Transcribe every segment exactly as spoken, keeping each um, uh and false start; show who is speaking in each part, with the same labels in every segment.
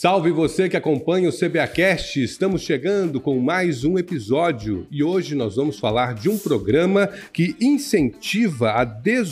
Speaker 1: Salve você que acompanha o C B A Cast, estamos chegando com mais um episódio e hoje nós vamos falar de um programa que incentiva a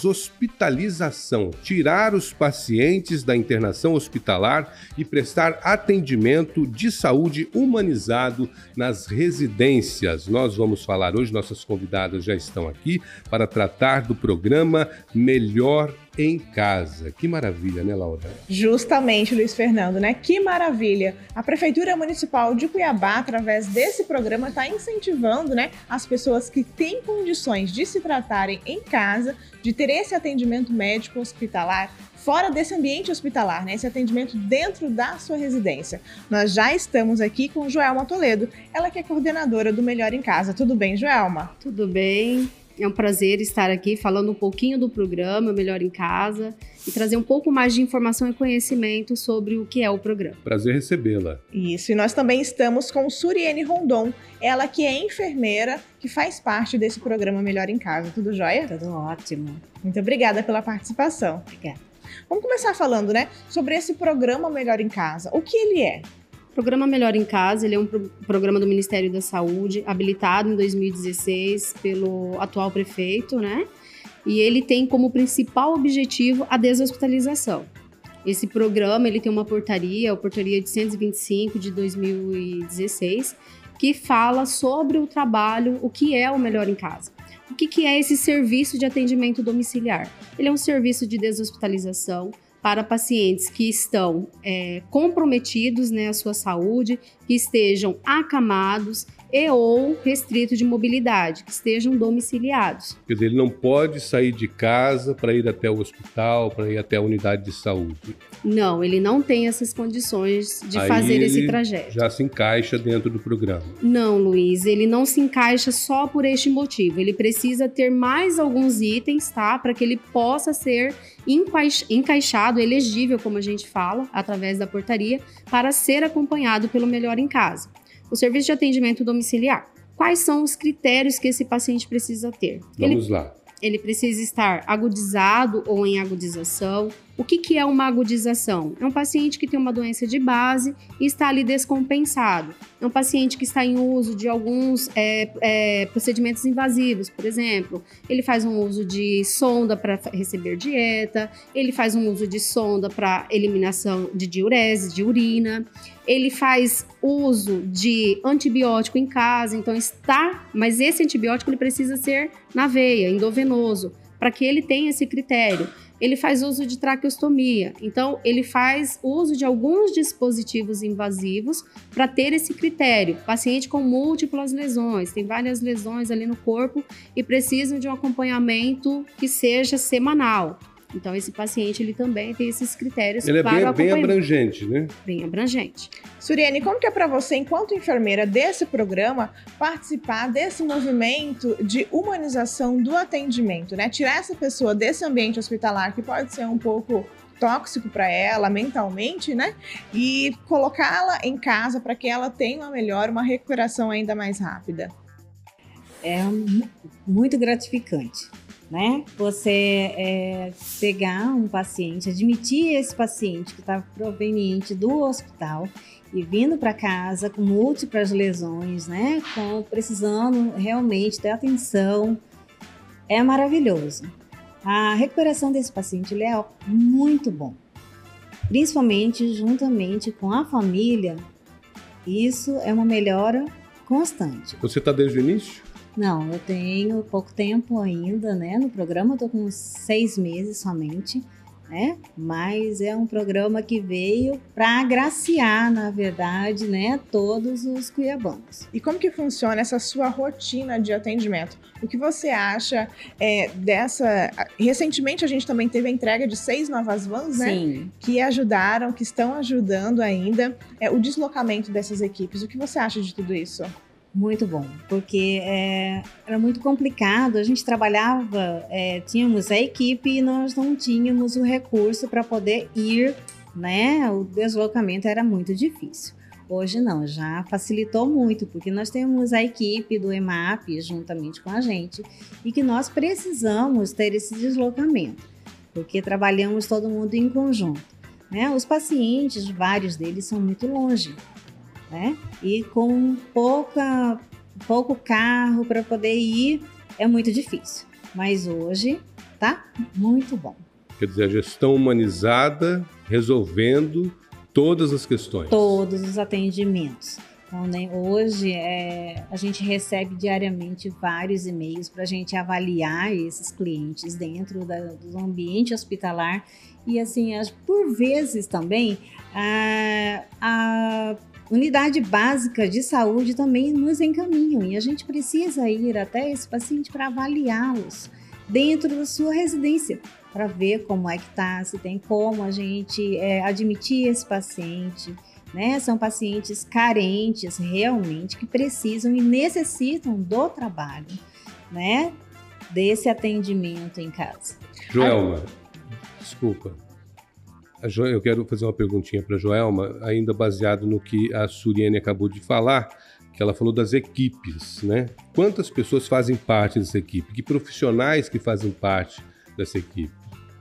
Speaker 1: deshospitalização, tirar os pacientes da internação hospitalar e prestar atendimento de saúde humanizado nas residências. Nós vamos falar hoje, nossas convidadas já estão aqui para tratar do programa Melhor em Casa. Que maravilha, né, Laura?
Speaker 2: Justamente, Luiz Fernando, né? Que maravilha! A Prefeitura Municipal de Cuiabá, através desse programa, está incentivando, né, as pessoas que têm condições de se tratarem em casa, de ter esse atendimento médico hospitalar, fora desse ambiente hospitalar, né? Esse atendimento dentro da sua residência. Nós já estamos aqui com Joelma Toledo, ela que é coordenadora do Melhor em Casa. Tudo bem, Joelma?
Speaker 3: Tudo bem. É um prazer estar aqui falando um pouquinho do programa Melhor em Casa e trazer um pouco mais de informação e conhecimento sobre o que é o programa.
Speaker 1: Prazer recebê-la.
Speaker 2: Isso, e nós também estamos com Suriene Rondon, ela que é enfermeira, que faz parte desse programa Melhor em Casa. Tudo jóia?
Speaker 4: Tudo ótimo.
Speaker 2: Muito obrigada pela participação.
Speaker 4: Obrigada.
Speaker 2: Vamos começar falando, né, sobre esse programa Melhor em Casa. O que ele é?
Speaker 3: O programa Melhor em Casa, ele é um pro- programa do Ministério da Saúde, habilitado em dois mil e dezesseis pelo atual prefeito, né? E ele tem como principal objetivo a deshospitalização. Esse programa, ele tem uma portaria, a portaria oitocentos e vinte e cinco de dois mil e dezesseis, que fala sobre o trabalho, o que é o Melhor em Casa. O que, que é esse serviço de atendimento domiciliar? Ele é um serviço de deshospitalização para pacientes que estão é, comprometidos, né, a sua saúde, que estejam acamados e ou restritos de mobilidade, que estejam domiciliados.
Speaker 1: Quer dizer, ele não pode sair de casa para ir até o hospital, para ir até a unidade de saúde.
Speaker 3: Não, ele não tem essas condições de
Speaker 1: Aí
Speaker 3: fazer esse
Speaker 1: ele
Speaker 3: trajeto.
Speaker 1: já se encaixa dentro do programa.
Speaker 3: Não, Luiz, ele não se encaixa só por este motivo. Ele precisa ter mais alguns itens, tá? Para que ele possa ser encaixa- encaixado, elegível, como a gente fala, através da portaria, para ser acompanhado pelo Melhor em Casa. O serviço de atendimento domiciliar. Quais são os critérios que esse paciente precisa ter?
Speaker 1: Vamos
Speaker 3: ele,
Speaker 1: lá.
Speaker 3: Ele precisa estar agudizado ou em agudização. O que, que é uma agudização? É um paciente que tem uma doença de base e está ali descompensado. É um paciente que está em uso de alguns é, é, procedimentos invasivos, por exemplo. Ele faz um uso de sonda para receber dieta, ele faz um uso de sonda para eliminação de diurese, de urina. Ele faz uso de antibiótico em casa, então está... Mas esse antibiótico ele precisa ser na veia, endovenoso, para que ele tenha esse critério. Ele faz uso de traqueostomia, então ele faz uso de alguns dispositivos invasivos para ter esse critério. Paciente com múltiplas lesões, tem várias lesões ali no corpo e precisam de um acompanhamento que seja semanal. Então esse paciente ele também tem esses critérios
Speaker 1: Ele é
Speaker 3: para o
Speaker 1: bem, bem
Speaker 3: acompanhamento.
Speaker 1: abrangente, né?
Speaker 3: Bem abrangente.
Speaker 2: Suriene, como que é para você, enquanto enfermeira desse programa, participar desse movimento de humanização do atendimento, né? Tirar essa pessoa desse ambiente hospitalar que pode ser um pouco tóxico para ela mentalmente, né? E colocá-la em casa para que ela tenha uma melhora, uma recuperação ainda mais rápida.
Speaker 4: É muito gratificante, né? Você é, pegar um paciente, admitir esse paciente que está proveniente do hospital e vindo para casa com múltiplas lesões, né? Com, precisando realmente ter atenção, é maravilhoso. A recuperação desse paciente ele é muito bom, principalmente juntamente com a família. Isso é uma melhora constante.
Speaker 1: Você está desde o início?
Speaker 4: Não, eu tenho pouco tempo ainda, né? No programa eu tô com uns seis meses somente, né? Mas é um programa que veio para agraciar, na verdade, né? Todos os cuiabanos.
Speaker 2: E como que funciona essa sua rotina de atendimento? O que você acha é, dessa... Recentemente a gente também teve a entrega de seis novas vans, né?
Speaker 4: Sim.
Speaker 2: Que ajudaram, que estão ajudando ainda é, o deslocamento dessas equipes. O que você acha de tudo isso?
Speaker 4: Muito bom, porque é, era muito complicado, a gente trabalhava, é, tínhamos a equipe e nós não tínhamos o recurso para poder ir, né? O deslocamento era muito difícil. Hoje não, já facilitou muito, porque nós temos a equipe do EMAP juntamente com a gente e que nós precisamos ter esse deslocamento, porque trabalhamos todo mundo em conjunto. né? Os pacientes, vários deles são muito longe, né? E com pouca, pouco carro para poder ir é muito difícil. Mas hoje tá muito bom.
Speaker 1: Quer dizer, a gestão humanizada resolvendo todas as questões.
Speaker 4: Todos os atendimentos. Então, né, hoje é, a gente recebe diariamente vários e-mails para a gente avaliar esses clientes dentro da, do ambiente hospitalar. E assim, as, por vezes também, a, a unidade básica de saúde também nos encaminham. E a gente precisa ir até esse paciente para avaliá-los dentro da sua residência, para ver como é que está, se tem como a gente é, admitir esse paciente, né? São pacientes carentes realmente, que precisam e necessitam do trabalho, né? Desse atendimento em casa.
Speaker 1: Joelma, desculpa. A jo... Eu quero fazer uma perguntinha para a Joelma, ainda baseado no que a Suriene acabou de falar, que ela falou das equipes, né? Quantas pessoas fazem parte dessa equipe? Que profissionais que fazem parte dessa equipe?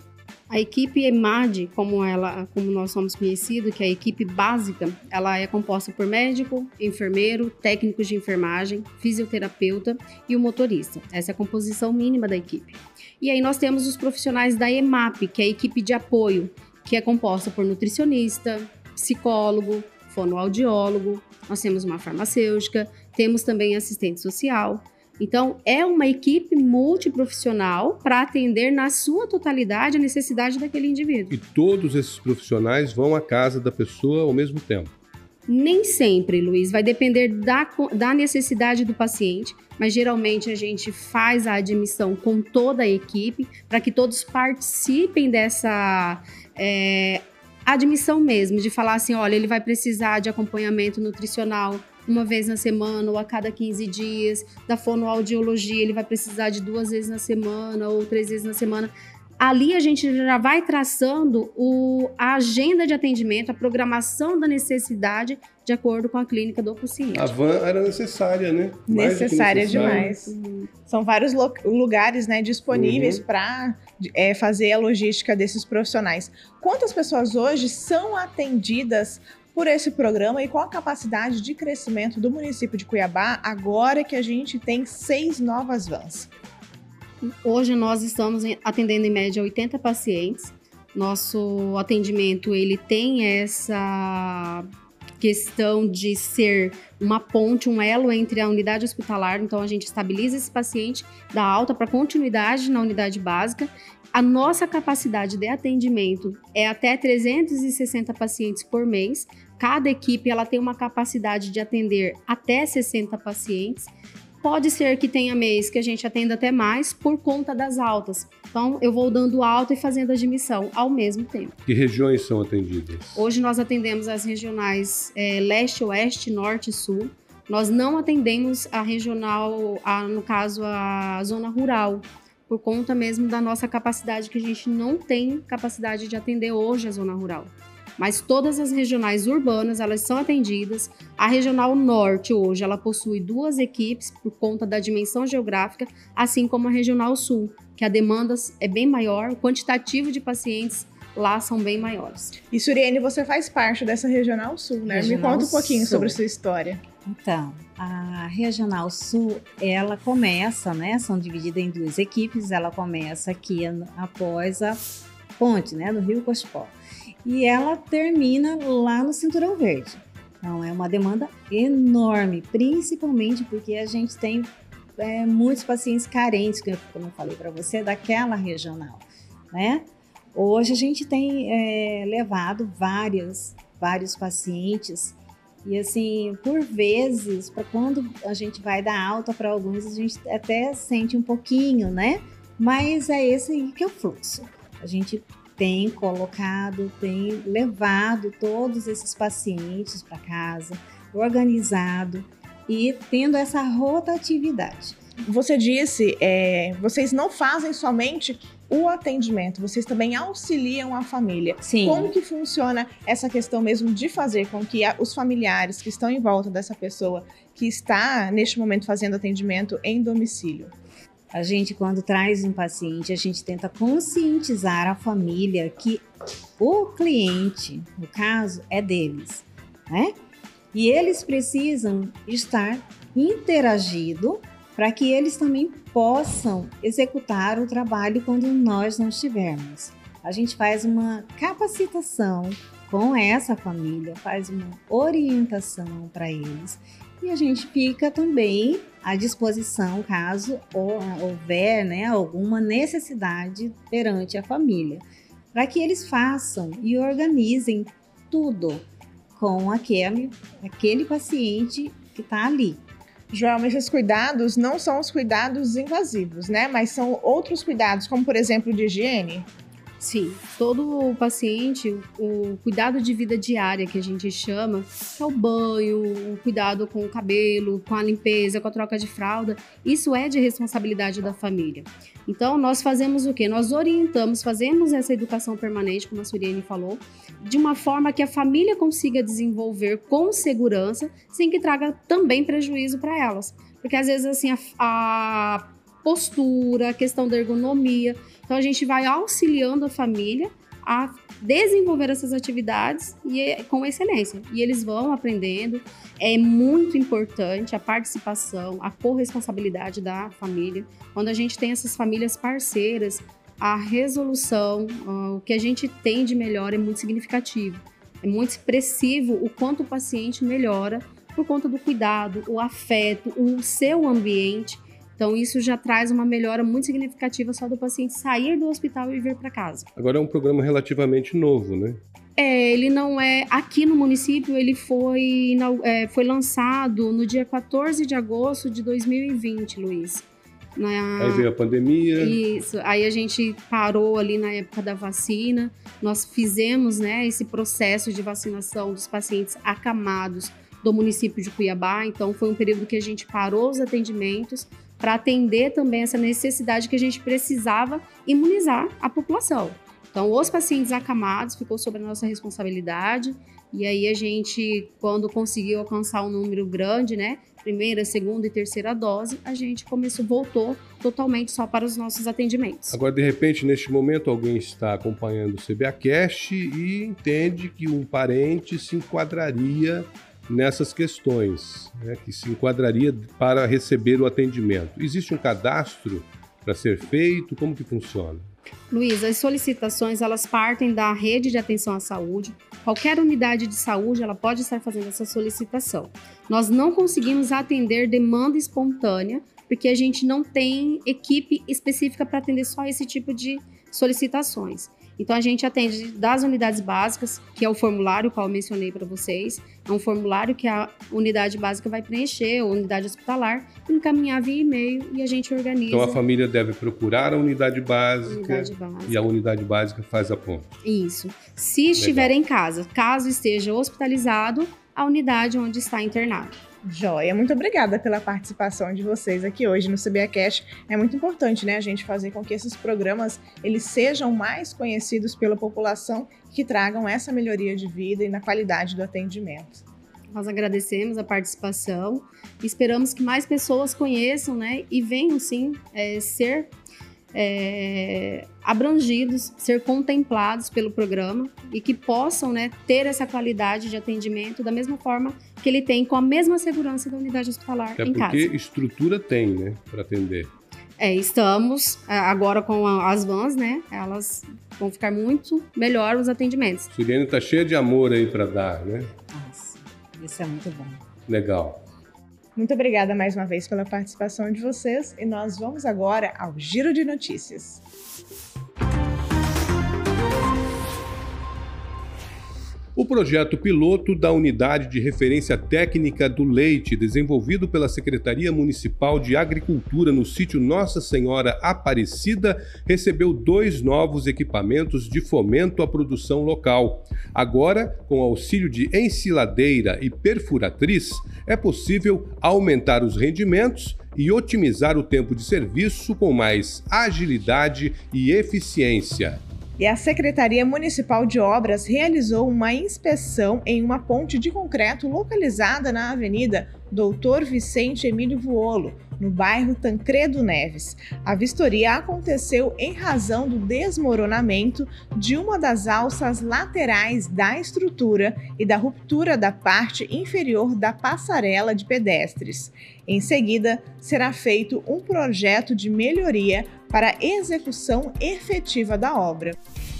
Speaker 3: A equipe EMAD, como, ela, como nós somos conhecidos, que é a equipe básica, ela é composta por médico, enfermeiro, técnicos de enfermagem, fisioterapeuta e o motorista. Essa é a composição mínima da equipe. E aí nós temos os profissionais da EMAP, que é a equipe de apoio, que é composta por nutricionista, psicólogo, fonoaudiólogo, nós temos uma farmacêutica, temos também assistente social. Então, é uma equipe multiprofissional para atender na sua totalidade a necessidade daquele indivíduo.
Speaker 1: E todos esses profissionais vão à casa da pessoa ao mesmo tempo?
Speaker 3: Nem sempre, Luiz. Vai depender da, da necessidade do paciente, mas geralmente a gente faz a admissão com toda a equipe para que todos participem dessa é, admissão mesmo, de falar assim, olha, ele vai precisar de acompanhamento nutricional uma vez na semana ou a cada quinze dias, da fonoaudiologia ele vai precisar de duas vezes na semana ou três vezes na semana. Ali a gente já vai traçando o, a agenda de atendimento, a programação da necessidade de acordo com a clínica do paciente.
Speaker 1: A van era necessária, né? Mais
Speaker 2: necessária
Speaker 1: necessária.
Speaker 2: demais. Uhum. São vários lo- lugares, né, disponíveis uhum. para é, fazer a logística desses profissionais. Quantas pessoas hoje são atendidas por esse programa e qual a capacidade de crescimento do município de Cuiabá agora que a gente tem seis novas vans?
Speaker 3: Hoje nós estamos atendendo em média oitenta pacientes. Nosso atendimento ele tem essa questão de ser uma ponte, um elo entre a unidade hospitalar. Então a gente estabiliza esse paciente, dá alta para continuidade na unidade básica. A nossa capacidade de atendimento é até trezentos e sessenta pacientes por mês. Cada equipe ela tem uma capacidade de atender até sessenta pacientes. Pode ser que tenha mês que a gente atenda até mais por conta das altas. Então, eu vou dando alta e fazendo admissão ao mesmo tempo.
Speaker 1: Que regiões são atendidas?
Speaker 3: Hoje nós atendemos as regionais é, leste, oeste, norte e sul. Nós não atendemos a regional, a, no caso, a zona rural, por conta mesmo da nossa capacidade, que a gente não tem capacidade de atender hoje a zona rural. Mas todas as regionais urbanas, elas são atendidas. A regional norte hoje, ela possui duas equipes por conta da dimensão geográfica, assim como a regional sul, que a demanda é bem maior, o quantitativo de pacientes lá são bem maiores.
Speaker 2: E Suriene, você faz parte dessa regional sul, né? Regional Me conta um pouquinho sul. sobre a sua história.
Speaker 4: Então, a regional sul, ela começa, né? São divididas em duas equipes. Ela começa aqui após a ponte, né? Do Rio Cospó. E ela termina lá no Cinturão Verde. Então, é uma demanda enorme, principalmente porque a gente tem é, muitos pacientes carentes, como eu falei para você, daquela regional, né? Hoje a gente tem é, levado várias, vários pacientes e, assim, por vezes, para quando a gente vai dar alta para alguns, a gente até sente um pouquinho, né? Mas é esse aí que é o fluxo. A gente tem colocado, tem levado todos esses pacientes para casa, organizado e tendo essa rotatividade.
Speaker 2: Você disse, é, vocês não fazem somente o atendimento, vocês também auxiliam a família.
Speaker 4: Sim.
Speaker 2: Como que funciona essa questão mesmo de fazer com que a, os familiares que estão em volta dessa pessoa que está, neste momento, fazendo atendimento em domicílio?
Speaker 4: A gente, quando traz um paciente, a gente tenta conscientizar a família que o cliente, no caso, é deles, né? E eles precisam estar interagindo para que eles também possam executar o trabalho quando nós não estivermos. A gente faz uma capacitação com essa família, faz uma orientação para eles e a gente fica também à disposição caso houver, né, alguma necessidade perante a família, para que eles façam e organizem tudo com aquele, aquele paciente que está ali.
Speaker 2: Joelma, esses cuidados não são os cuidados invasivos, né? Mas são outros cuidados, como por exemplo de higiene?
Speaker 3: Sim, todo paciente, o cuidado de vida diária que a gente chama, que é o banho, o cuidado com o cabelo, com a limpeza, com a troca de fralda, isso é de responsabilidade da família. Então, nós fazemos o quê? Nós orientamos, fazemos essa educação permanente, como a Suriane falou, de uma forma que a família consiga desenvolver com segurança, sem que traga também prejuízo para elas. Porque às vezes, assim, a, a postura, a questão da ergonomia. Então, a gente vai auxiliando a família a desenvolver essas atividades e é, com excelência. E eles vão aprendendo. É muito importante a participação, a corresponsabilidade da família. Quando a gente tem essas famílias parceiras, a resolução, uh, o que a gente tem de melhor é muito significativo. É muito expressivo o quanto o paciente melhora por conta do cuidado, o afeto, o seu ambiente. Então, isso já traz uma melhora muito significativa só do paciente sair do hospital e vir para casa.
Speaker 1: Agora é um programa relativamente novo, né?
Speaker 3: É, ele não é... Aqui no município, ele foi, é, foi lançado no dia quatorze de agosto de dois mil e vinte, Luiz. Na...
Speaker 1: Aí veio a pandemia.
Speaker 3: Isso. Aí a gente parou ali na época da vacina. Nós fizemos, né, esse processo de vacinação dos pacientes acamados do município de Cuiabá. Então, foi um período que a gente parou os atendimentos para atender também essa necessidade que a gente precisava imunizar a população. Então, os pacientes acamados ficou sob a nossa responsabilidade e aí a gente, quando conseguiu alcançar um número grande, né, primeira, segunda e terceira dose, a gente começou, voltou totalmente só para os nossos atendimentos.
Speaker 1: Agora, de repente, neste momento, alguém está acompanhando o CBAcast e entende que um parente se enquadraria nessas questões, né, que se enquadraria para receber o atendimento. Existe um cadastro para ser feito? Como que funciona?
Speaker 3: Luiz, as solicitações elas partem da rede de atenção à saúde. Qualquer unidade de saúde ela pode estar fazendo essa solicitação. Nós não conseguimos atender demanda espontânea, porque a gente não tem equipe específica para atender só esse tipo de solicitações. Então, a gente atende das unidades básicas, que é o formulário que eu mencionei para vocês. É um formulário que a unidade básica vai preencher, a unidade hospitalar, encaminhar via e-mail e a gente organiza.
Speaker 1: Então, a família deve procurar a unidade básica,
Speaker 3: unidade básica.
Speaker 1: E a unidade básica faz a ponte.
Speaker 3: Isso. Se estiver Legal. Em casa, caso esteja hospitalizado, a unidade onde está internado.
Speaker 2: Joia, muito obrigada pela participação de vocês aqui hoje no CBAcast. É muito importante, né, a gente fazer com que esses programas eles sejam mais conhecidos pela população, que tragam essa melhoria de vida e na qualidade do atendimento.
Speaker 3: Nós agradecemos a participação, esperamos que mais pessoas conheçam, né, e venham sim é, ser é, abrangidos, ser contemplados pelo programa e que possam, né, ter essa qualidade de atendimento da mesma forma que ele tem, com a mesma segurança da unidade hospitalar
Speaker 1: Até
Speaker 3: em casa.
Speaker 1: porque estrutura tem, né, para atender.
Speaker 3: É, estamos agora com as vans, né, elas vão ficar muito melhor os atendimentos.
Speaker 1: Suriane está cheia de amor aí para dar, né?
Speaker 4: Nossa, isso é muito bom.
Speaker 1: Legal.
Speaker 2: Muito obrigada mais uma vez pela participação de vocês e nós vamos agora ao Giro de Notícias.
Speaker 1: O projeto piloto da Unidade de Referência Técnica do Leite, desenvolvido pela Secretaria Municipal de Agricultura no sítio Nossa Senhora Aparecida, recebeu dois novos equipamentos de fomento à produção local. Agora, com auxílio de ensiladeira e perfuratriz, é possível aumentar os rendimentos e otimizar o tempo de serviço com mais agilidade e eficiência.
Speaker 2: E a Secretaria Municipal de Obras realizou uma inspeção em uma ponte de concreto localizada na Avenida Doutor Vicente Emílio Vuolo, no bairro Tancredo Neves. A vistoria aconteceu em razão do desmoronamento de uma das alças laterais da estrutura e da ruptura da parte inferior da passarela de pedestres. Em seguida, será feito um projeto de melhoria para a execução efetiva da obra.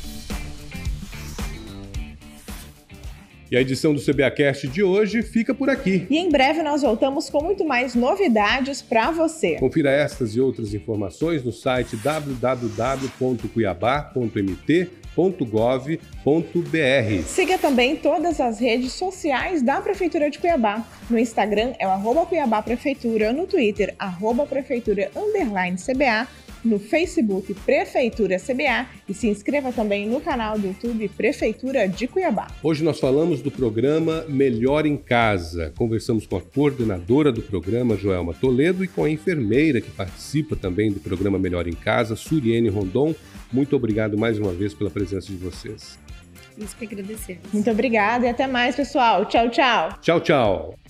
Speaker 1: E a edição do CBAcast de hoje fica por aqui.
Speaker 2: E em breve nós voltamos com muito mais novidades para você.
Speaker 1: Confira estas e outras informações no site w w w ponto cuiabá ponto m t ponto gov ponto b r.
Speaker 2: Siga também todas as redes sociais da Prefeitura de Cuiabá. No Instagram é o arroba Cuiabá Prefeitura, no Twitter, arroba Prefeitura underline C B A, no Facebook Prefeitura C B A e se inscreva também no canal do YouTube Prefeitura de Cuiabá.
Speaker 1: Hoje nós falamos do programa Melhor em Casa. Conversamos com a coordenadora do programa, Joelma Toledo, e com a enfermeira que participa também do programa Melhor em Casa, Suriene Rondon. Muito obrigado mais uma vez pela presença de vocês.
Speaker 3: Isso que agradecemos.
Speaker 2: Muito obrigada e até mais, pessoal. Tchau, tchau.
Speaker 1: Tchau, tchau.